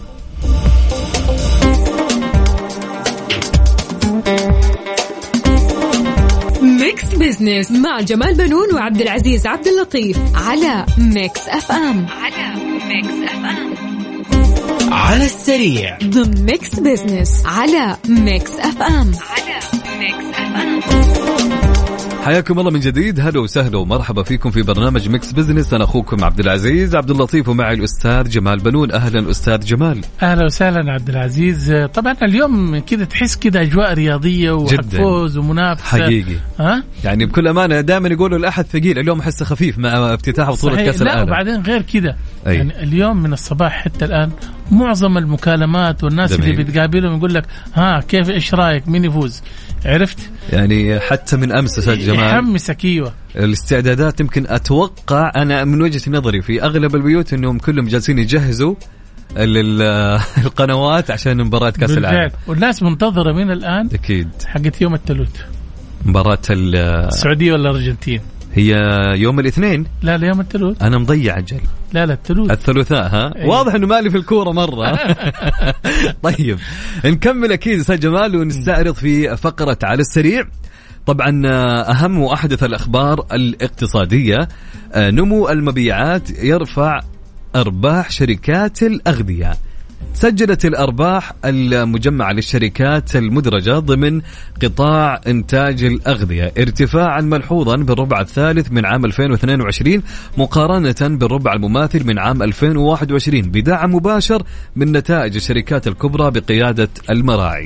ميكس بزنس مع جمال بنون وعبد العزيز عبد اللطيف على ميكس اف ام. على ميكس اف ام على السريع ضمن ميكس بزنس على ميكس اف ام. على ميكس اف ام. حياكم الله من جديد، هلا وسهلا ومرحبا فيكم في برنامج ميكس بزنس. أنا أخوكم عبد العزيز عبد اللطيف ومعي الأستاذ جمال بنون. أهلا أستاذ جمال. أهلا وسهلا عبد العزيز. طبعا اليوم كده تحس كده أجواء رياضية وفوز ومنافسة حقيقي. ها؟ يعني بكل أمانة دائما يقولوا الأحد ثقيل، اليوم أحسه خفيف مع افتتاح بطولة كأس العالم. لا وبعدين غير كده أي. يعني اليوم من الصباح حتى الآن معظم المكالمات والناس جميل. اللي بتقابلهم يقول لك ها كيف إيش رأيك مين يفوز، عرفت؟ يعني حتى من أمس أستاذ جمال يحمسك. ايوه الاستعدادات يمكن اتوقع انا من وجهة نظري في اغلب البيوت انهم كلهم جالسين يجهزوا القنوات عشان مباراة كأس العالم، والناس منتظرة من الآن اكيد حقت يوم الثلاث مباراة السعودية ولا الأرجنتين. هي يوم الاثنين. لا لا يوم الثلاث. انا مضيع اجل. لا لا الثلاث الثلاثاء ها أيه. واضح انه مالي في الكورة مرة. طيب نكمل اكيد استاذ جمال ونستعرض في فقرة على السريع. طبعا أهم وأحدث الأخبار الاقتصادية، نمو المبيعات يرفع أرباح شركات الأغذية. سجلت الأرباح المجمعة للشركات المدرجة ضمن قطاع إنتاج الأغذية ارتفاعا ملحوظا بالربع الثالث من عام ألفين واثنين وعشرين مقارنة بالربع المماثل من عام ألفين وواحد وعشرين، بدعم مباشر من نتائج الشركات الكبرى بقيادة المراعي.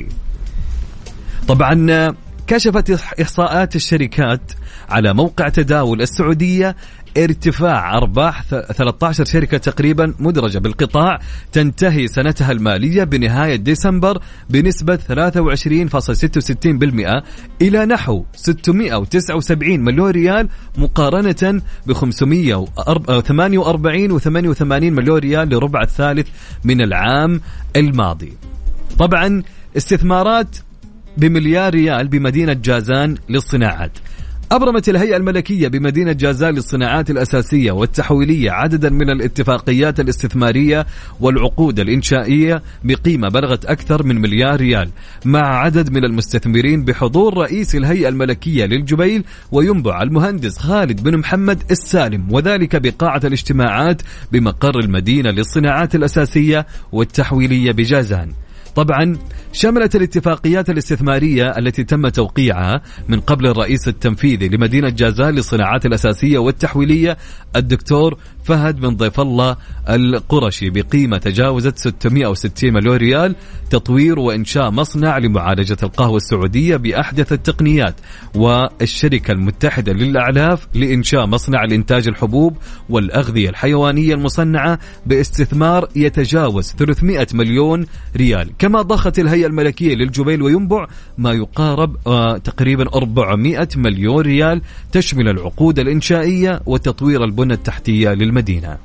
طبعا كشفت إحصاءات الشركات على موقع تداول السعودية ارتفاع أرباح ثلاثة عشر شركة تقريبا مدرجة بالقطاع تنتهي سنتها المالية بنهاية ديسمبر بنسبة ثلاثة وعشرين فاصلة ستة وستين بالمئة إلى نحو ستمائة وتسعة وسبعين مليون ريال مقارنة ب خمسمائة وثمانية وأربعين وثمانية وثمانين مليون ريال لربع الثالث من العام الماضي. طبعا استثمارات بمليار ريال بمدينة جازان للصناعات. أبرمت الهيئة الملكية بمدينة جازان للصناعات الأساسية والتحويلية عددا من الاتفاقيات الاستثمارية والعقود الإنشائية بقيمة بلغت أكثر من مليار ريال مع عدد من المستثمرين بحضور رئيس الهيئة الملكية للجبيل وينبع المهندس خالد بن محمد السالم، وذلك بقاعة الاجتماعات بمقر المدينة للصناعات الأساسية والتحويلية بجازان. طبعا شملت الاتفاقيات الاستثمارية التي تم توقيعها من قبل الرئيس التنفيذي لمدينة جازان للصناعات الأساسية والتحويلية الدكتور فهد بن ضيف الله القرشي بقيمة تجاوزت ستمائة وستين مليون ريال، تطوير وإنشاء مصنع لمعالجة القهوة السعودية بأحدث التقنيات، والشركة المتحدة للأعلاف لإنشاء مصنع لإنتاج الحبوب والأغذية الحيوانية المصنعة باستثمار يتجاوز ثلاثمائة مليون ريال. كما ضخت الهيئة الملكية للجبيل وينبع ما يقارب آه تقريبا أربعمائة مليون ريال تشمل العقود الإنشائية وتطوير البنى التحتية للمدينة.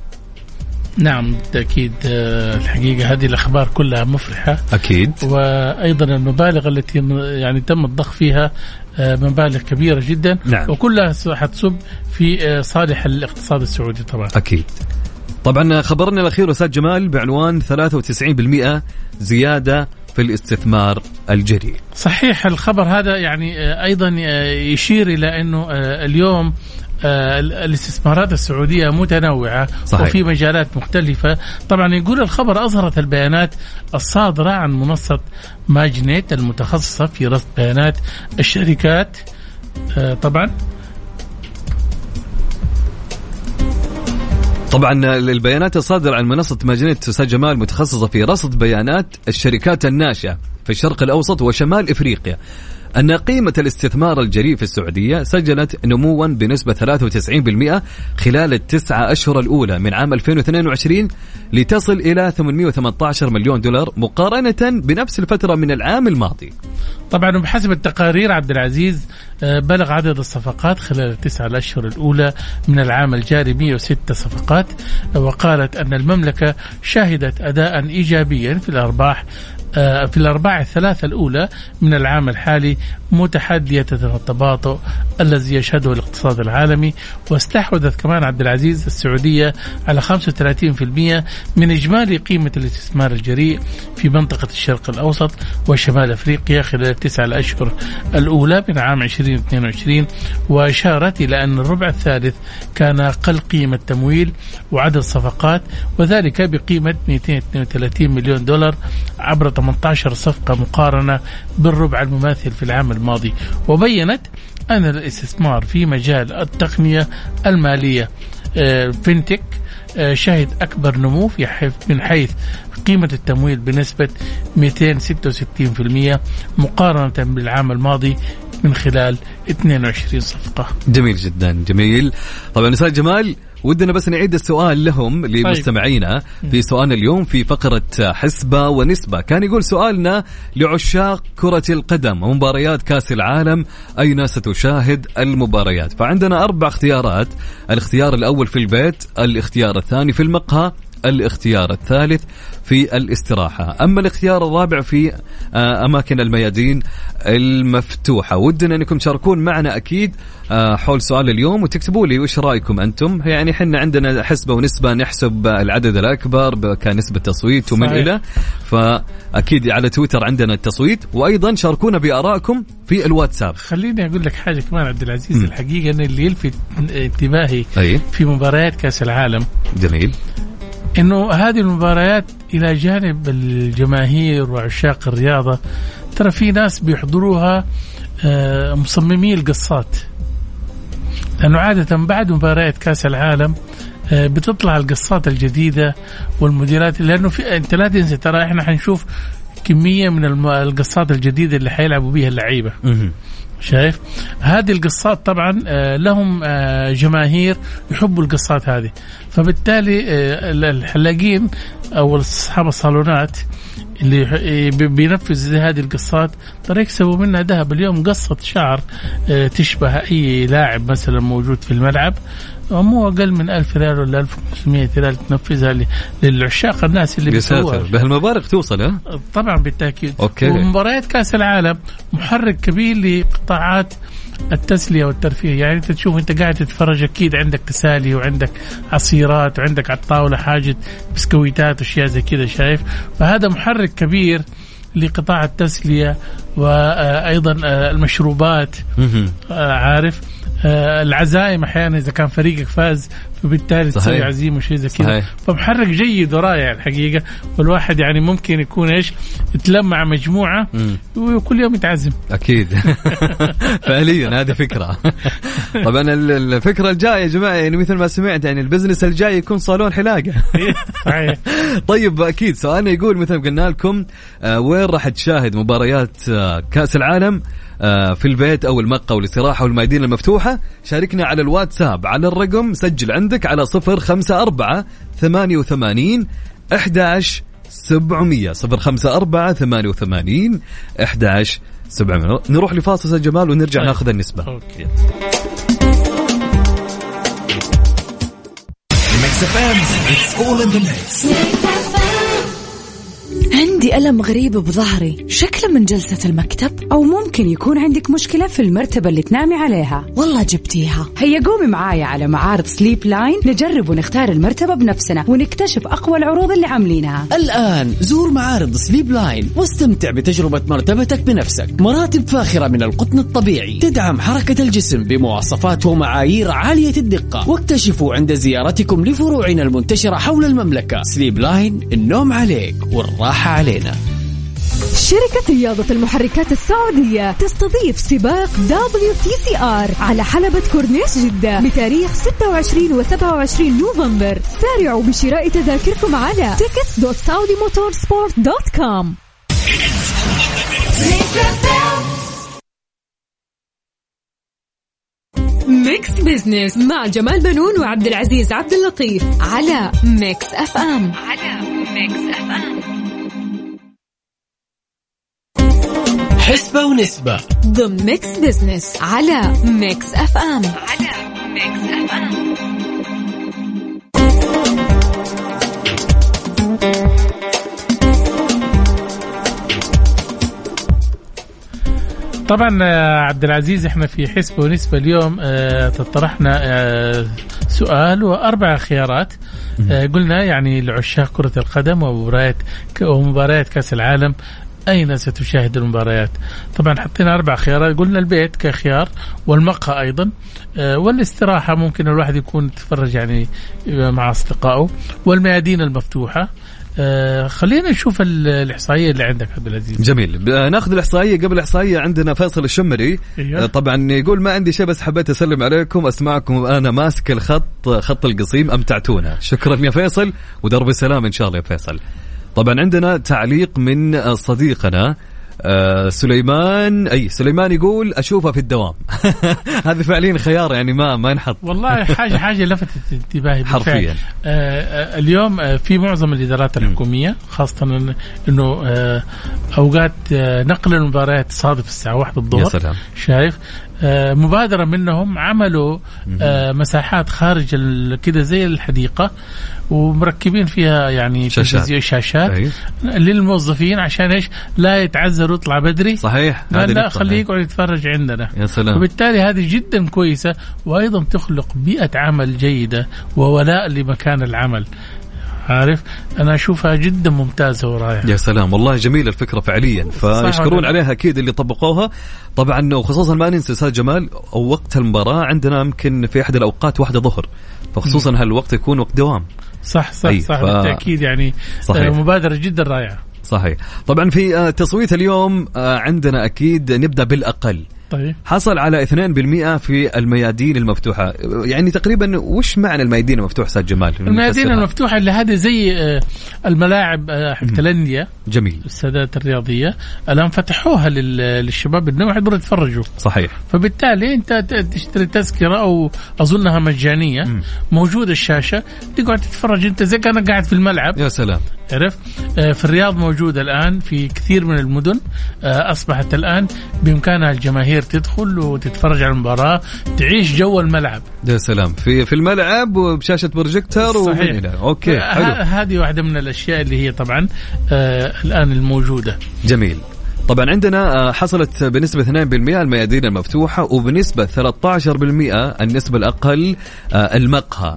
نعم بالتأكيد الحقيقة هذه الأخبار كلها مفرحة أكيد، وأيضا المبالغ التي يعني تم الضخ فيها مبالغ كبيرة جدا. نعم. وكلها حتصب في صالح الاقتصاد السعودي طبعا. أكيد. طبعا خبرنا الأخير أستاذ جمال بعنوان ثلاثة وتسعين بالمئة زيادة في الاستثمار الجريء. صحيح الخبر هذا يعني أيضا يشير إلى أنه اليوم الاستثمارات السعودية متنوعة. صحيح. وفي مجالات مختلفة. طبعا يقول الخبر أظهرت البيانات الصادرة عن منصة ماجنيت المتخصصة في رصد بيانات الشركات طبعا طبعا البيانات الصادرة عن منصة ماجنيت أستاذ جمال متخصصة في رصد بيانات الشركات الناشئة في الشرق الأوسط وشمال إفريقيا أن قيمة الاستثمار الجريء في السعودية سجلت نموا بنسبة ثلاثة وتسعين بالمئة خلال التسعة أشهر الأولى من عام ألفين واثنين وعشرين لتصل إلى ثمانمائة وثمانية عشر مليون دولار مقارنة بنفس الفترة من العام الماضي. طبعا وبحسب التقارير عبد العزيز بلغ عدد الصفقات خلال التسعة الأشهر الأولى من العام الجاري مئة وستة صفقات، وقالت أن المملكة شهدت أداء إيجابيا في الأرباح في الأرباع الثلاثة الأولى من العام الحالي، متحدية التباطؤ الذي يشهده الاقتصاد العالمي. واستحوذت كمان عبد العزيز السعودية على خمسة وثلاثين بالمئة من إجمالي قيمة الاستثمار الجريء في منطقة الشرق الأوسط وشمال أفريقيا خلال التسعة الأشهر الأولى من عام عشرين اثنين وعشرين. وأشارت إلى أن الربع الثالث كان أقل قيمة تمويل وعدد صفقات، وذلك بقيمة مئتين واثنين وثلاثين مليون دولار عبر ثمانية عشر صفقة مقارنة بالربع المماثل في العام الماضي. وبينت أن الاستثمار في مجال التقنية المالية فينتك شهد أكبر نمو في حيث من حيث قيمة التمويل بنسبة مئتين وستة وستين بالمئة مقارنة بالعام الماضي من خلال اثنين وعشرين صفقة. جميل جدا، جميل. طبعا أستاذ جمال ودنا بس نعيد السؤال لهم لمستمعينا في سؤالنا اليوم في فقرة حسبة ونسبة. كان يقول سؤالنا لعشاق كرة القدم ومباريات كأس العالم أين ستشاهد المباريات؟ فعندنا أربع اختيارات. الاختيار الأول في البيت، الاختيار الثاني في المقهى، الاختيار الثالث في الاستراحة، أما الاختيار الرابع في أماكن الميادين المفتوحة. ودنا أنكم تشاركون معنا أكيد حول سؤال اليوم وتكتبوا لي وش رأيكم أنتم. يعني حنا عندنا حسبة ونسبة، نحسب العدد الأكبر كنسبة تصويت ومن إلى، فأكيد على تويتر عندنا التصويت، وأيضا شاركونا بآرائكم في الواتساب. خليني أقول لك حاجة كمان عبد العزيز، م. الحقيقة أن اللي يلفت انتباهي أيه؟ في مباريات كأس العالم جميل إنه هذه المباريات إلى جانب الجماهير وعشاق الرياضة ترى في ناس بيحضروها مصممي القصات، لأنه عادة بعد مباريات كأس العالم بتطلع القصات الجديدة والمديرات، لأنه في أنت لا تنسى ترى إحنا حنشوف كمية من القصات الجديدة اللي حيلعبوا بها اللعيبة. شايف هذه القصات طبعا لهم جماهير يحبوا القصات هذه، فبالتالي الحلاقين أو أصحاب الصالونات اللي بينفذ هذه القصات ترى يكسبوا منها ذهب. اليوم قصة شعر تشبه أي لاعب مثلا موجود في الملعب مو أقل من ألف ريال ولا ألف وخمسمائة ريال تنفذها للعشاق الناس اللي بيسووها. بهالمبارك توصل ها؟ طبعا بالتأكيد. أوكي. ومباريات كأس العالم محرك كبير لقطاعات التسلية والترفيه. يعني أنت تشوف أنت قاعد تتفرج أكيد عندك تسالي وعندك عصيرات وعندك على الطاولة حاجة بسكويتات وشيء زي كذا، شايف؟ فهذا محرك كبير لقطاع التسلية وأيضا المشروبات. عارف العزائم أحيانا إذا كان فريقك فاز فبالتالي تسوي عزيمة وشيء زي كذا، فمحرك جيد ورائع الحقيقة. والواحد يعني ممكن يكون إيش يتلم مع مجموعة وكل يوم يتعزم. أكيد فعليا هذه فكرة. طبعا الفكرة الجاية يا جماعة يعني مثل ما سمعت يعني البزنس الجاي يكون صالون حلاقة. طيب أكيد سؤالنا يقول مثل قلنا لكم آه وين راح تشاهد مباريات آه كأس العالم؟ آه في البيت أو المقهى والاستراحة والميادين المفتوحة. شاركنا على الواتساب على الرقم، سجل عندك على صفر خمسة أربعة ثمانية وثمانين أحداش سبعمية صفر خمسة أربعة ثمانية وثمانين أحداش سبعمية. نروح لفاصل جمال ونرجع طيب. ناخذ النسبة. أوكي. عندي ألم غريب بظهري، شكله من جلسة المكتب، أو ممكن يكون عندك مشكلة في المرتبة اللي تنامي عليها. والله جبتيها. هيا قومي معايا على معارض سليب لاين، نجرب ونختار المرتبة بنفسنا ونكتشف أقوى العروض اللي عاملينها. الآن زور معارض سليب لاين واستمتع بتجربة مرتبتك بنفسك. مراتب فاخرة من القطن الطبيعي تدعم حركة الجسم بمواصفات ومعايير عالية الدقة. واكتشفوا عند زيارتكم لفروعنا المنتشرة حول المملكة. سليب لاين، النوم عليك والراحة علينا. شركة رياضة المحركات السعودية تستضيف سباق دبليو تي سي آر على حلبة كورنيش جدة بتاريخ ستة وعشرين و سبعة وعشرين نوفمبر. سارعوا بشراء تذاكركم على تيكتس دوت سعودي موتورسبورت دوت كوم. ميكس بيزنس مع جمال بنون وعبد العزيز عبد اللطيف على ميكس اف ام على ميكس اف ام. حسبة ونسبة ضمن ميكس بزنس على ميكس اف ام على ميكس اف ام. طبعا عبد العزيز احنا في حسبة ونسبة اليوم اه تطرحنا اه سؤال وأربع خيارات. اه قلنا يعني لعشاق كرة القدم ومباريات ومباريات كأس العالم أين ستشاهد المباريات؟ طبعا حطينا أربع خيارات. قلنا البيت كخيار والمقهى أيضا اه والاستراحة ممكن الواحد يكون يتفرج يعني مع أصدقائه والميادين المفتوحة. آه خلينا نشوف الإحصائية اللي عندك عبد العزيز. جميل. ناخذ الإحصائية. قبل الإحصائية عندنا فيصل الشمري. إيه؟ طبعا يقول ما عندي شيء بس حبيت أسلم عليكم أسمعكم أنا ماسك الخط خط القصيم أمتعتونا. شكرا يا فيصل ودرب السلام إن شاء الله يا فيصل. طبعا عندنا تعليق من صديقنا آه سليمان. أي سليمان يقول أشوفه في الدوام. هذا فعليا خيار يعني ما ما نحط. والله حاجة حاجة لفتت انتباهي حرفيا. آه اليوم آه في معظم الإدارات الحكومية خاصة إنه آه أوقات آه نقل المباريات تصادف الساعة واحدة الظهر. يا سلام. شايف آه مبادرة منهم عملوا آه مساحات خارج كده زي الحديقة ومركبين فيها يعني شاشات, شاشات للموظفين عشان إيش لا يتعذروا يطلع بدري. صحيح. لا خليه يقعد يتفرج عندنا. يا سلام. وبالتالي هذه جدا كويسة وأيضا تخلق بيئة عمل جيدة وولاء لمكان العمل. عارف أنا أشوفها جدا ممتازة ورائعة. يا سلام والله جميلة الفكرة فعليا فيشكرون عليها أكيد اللي طبقوها. طبعا وخصوصا ما ننسى أستاذ جمال وقت المباراة عندنا يمكن في أحد الأوقات واحدة ظهر فخصوصا هالوقت يكون وقت دوام. صح صح صح ف... بالتأكيد يعني صحيح. مبادرة جدا رائعة. صحيح. طبعا في تصويت اليوم عندنا أكيد نبدأ بالأقل. طيب. حصل على اثنين بالمئة في الميادين المفتوحة. يعني تقريبا وش معنى الميادين المفتوحة أستاذ جمال؟ الميادين المفتوحة اللي هذه زي الملاعب حقت الأندية. جميل. السادات الرياضية الآن فتحوها للشباب إنهم يقدروا يتفرجوا. صحيح. فبالتالي أنت تشتري تذكرة أو أظنها مجانية. م. موجودة الشاشة تقعد تتفرج أنت زي كأنك قاعد في الملعب. يا سلام. عرف في الرياض موجودة الآن في كثير من المدن أصبحت الآن بإمكانها الجماهير تدخل وتتفرج على المباراة تعيش جو الملعب. يا سلام في في الملعب وبشاشة بروجيكتور ومن أوكي حلو. هذه واحدة من الأشياء اللي هي طبعا آه الآن الموجودة. جميل. طبعا عندنا حصلت بنسبة اثنين بالمئة الميادين المفتوحة وبنسبة ثلاثة عشر بالمئة النسبة الأقل آه المقهى.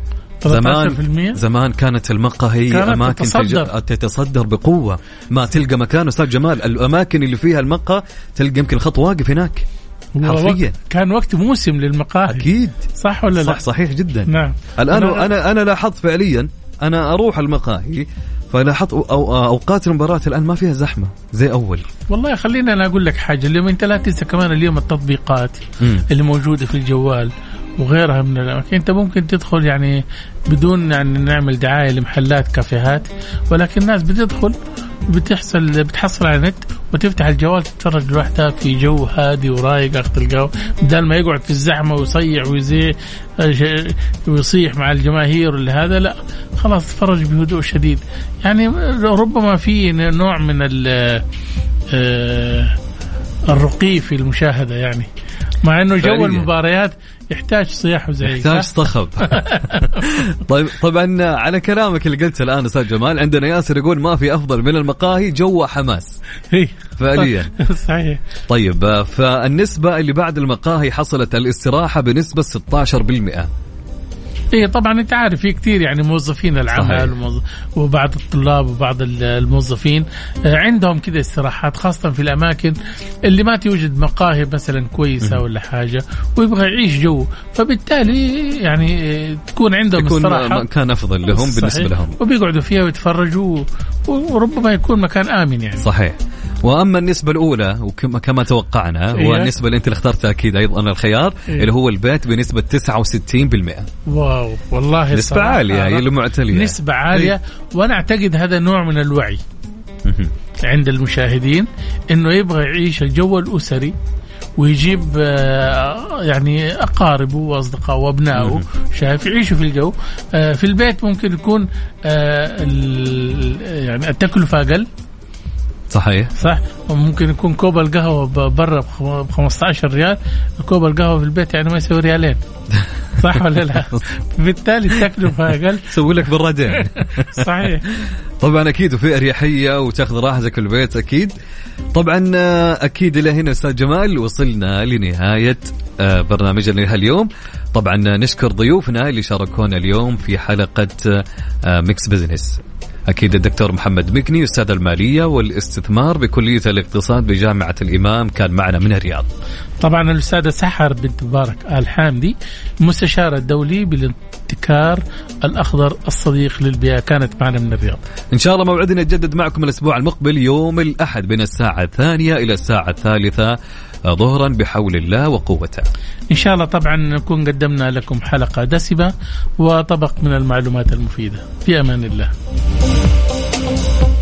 زمان زمان كانت المقهى هي أماكن تتصدر. تتصدر بقوة ما تلقى مكان أستاذ جمال. الأماكن اللي فيها المقهى تلقى يمكن خط واقف هناك حرفيا. كان وقت موسم للمقاهي. أكيد صح ولا لا؟ صح صحيح جدا. نعم. الآن أنا أنا, أنا لاحظت فعليا أنا أروح المقاهي فلاحظت أو أوقات المباراة الآن ما فيها زحمة زي أول. والله خلينا أنا أقول لك حاجة. اليوم أنت لا تنسى كمان اليوم التطبيقات م. اللي موجودة في الجوال وغيرها من الأماكن. أنت ممكن تدخل يعني بدون يعني نعمل دعاية لمحلات كافيهات ولكن الناس بتدخل بتحصل بتحصل على النت وتفتح الجوال تتفرج لوحدها في جو هادي ورايق أخذ الجو بدل ما يقعد في الزحمة ويصيع ويزي ويصيح مع الجماهير اللي هذا. لا خلاص تتفرج بهدوء شديد. يعني ربما في نوع من الرقي في المشاهدة يعني مع أنه جو المباريات يحتاج صياح وزعيق يحتاج صخب. طيب طبعا على كلامك اللي قلته الآن أستاذ جمال عندنا ياسر يقول ما في أفضل من المقاهي جو حماس فعليا. صحيح. طيب فالنسبة اللي بعد المقاهي حصلت الاستراحة بنسبة ستة عشر بالمئة. إيه طبعا أنت عارف في كتير يعني موظفين العمل وبعض الطلاب وبعض الموظفين عندهم كده استراحات خاصة في الأماكن اللي ما توجد مقاهي مثلا كويسة ولا حاجة ويبغى يعيش جو فبالتالي يعني تكون عندهم استراحة مكان أفضل لهم. صحيح. بالنسبة لهم وبيقعدوا فيها ويتفرجوا وربما يكون مكان آمن يعني. صحيح. وأما النسبة الأولى وكما توقعنا هو إيه؟ النسبة اللي أنت اللي اخترتها أكيد أيضا الخيار. إيه؟ اللي هو البيت بنسبة تسعة وستين بالمئة. واو والله نسبة عالية هي المعتلية. نسبة عالية. إيه؟ وأنا أعتقد هذا نوع من الوعي عند المشاهدين إنه يبغى يعيش الجو الأسري ويجيب يعني أقاربه وأصدقائه وأبنائه شايف يعيشوا في الجو. في البيت ممكن يكون يعني التكلفة أقل. صحيح صح. وممكن يكون كوب القهوة برا ب خمسة عشر ريال، كوب القهوة في البيت يعني ما يسوي ريالين. صح ولا لا؟ بالتالي التكلفة أقل. سوي لك برادين. صحيح. طبعا أكيد وفي أريحية وتأخذ راحتك في البيت أكيد. طبعا أكيد إلى هنا أستاذ جمال وصلنا لنهاية برنامجنا اليوم. طبعا نشكر ضيوفنا اللي شاركونا اليوم في حلقة ميكس بزنس. أكيد الدكتور محمد مكني أستاذ المالية والاستثمار بكلية الاقتصاد بجامعة الإمام كان معنا من الرياض. طبعا الأستاذة سحر بنت مبارك آل حامدي مستشار الدولي بالابتكار الأخضر الصديق للبيئة كانت معنا من الرياض. إن شاء الله موعدنا يتجدد معكم الأسبوع المقبل يوم الأحد بين الساعة الثانية إلى الساعة الثالثة ظهرا بحول الله وقوته. إن شاء الله طبعا نكون قدمنا لكم حلقة دسمة وطبق من المعلومات المفيدة. في أمان الله.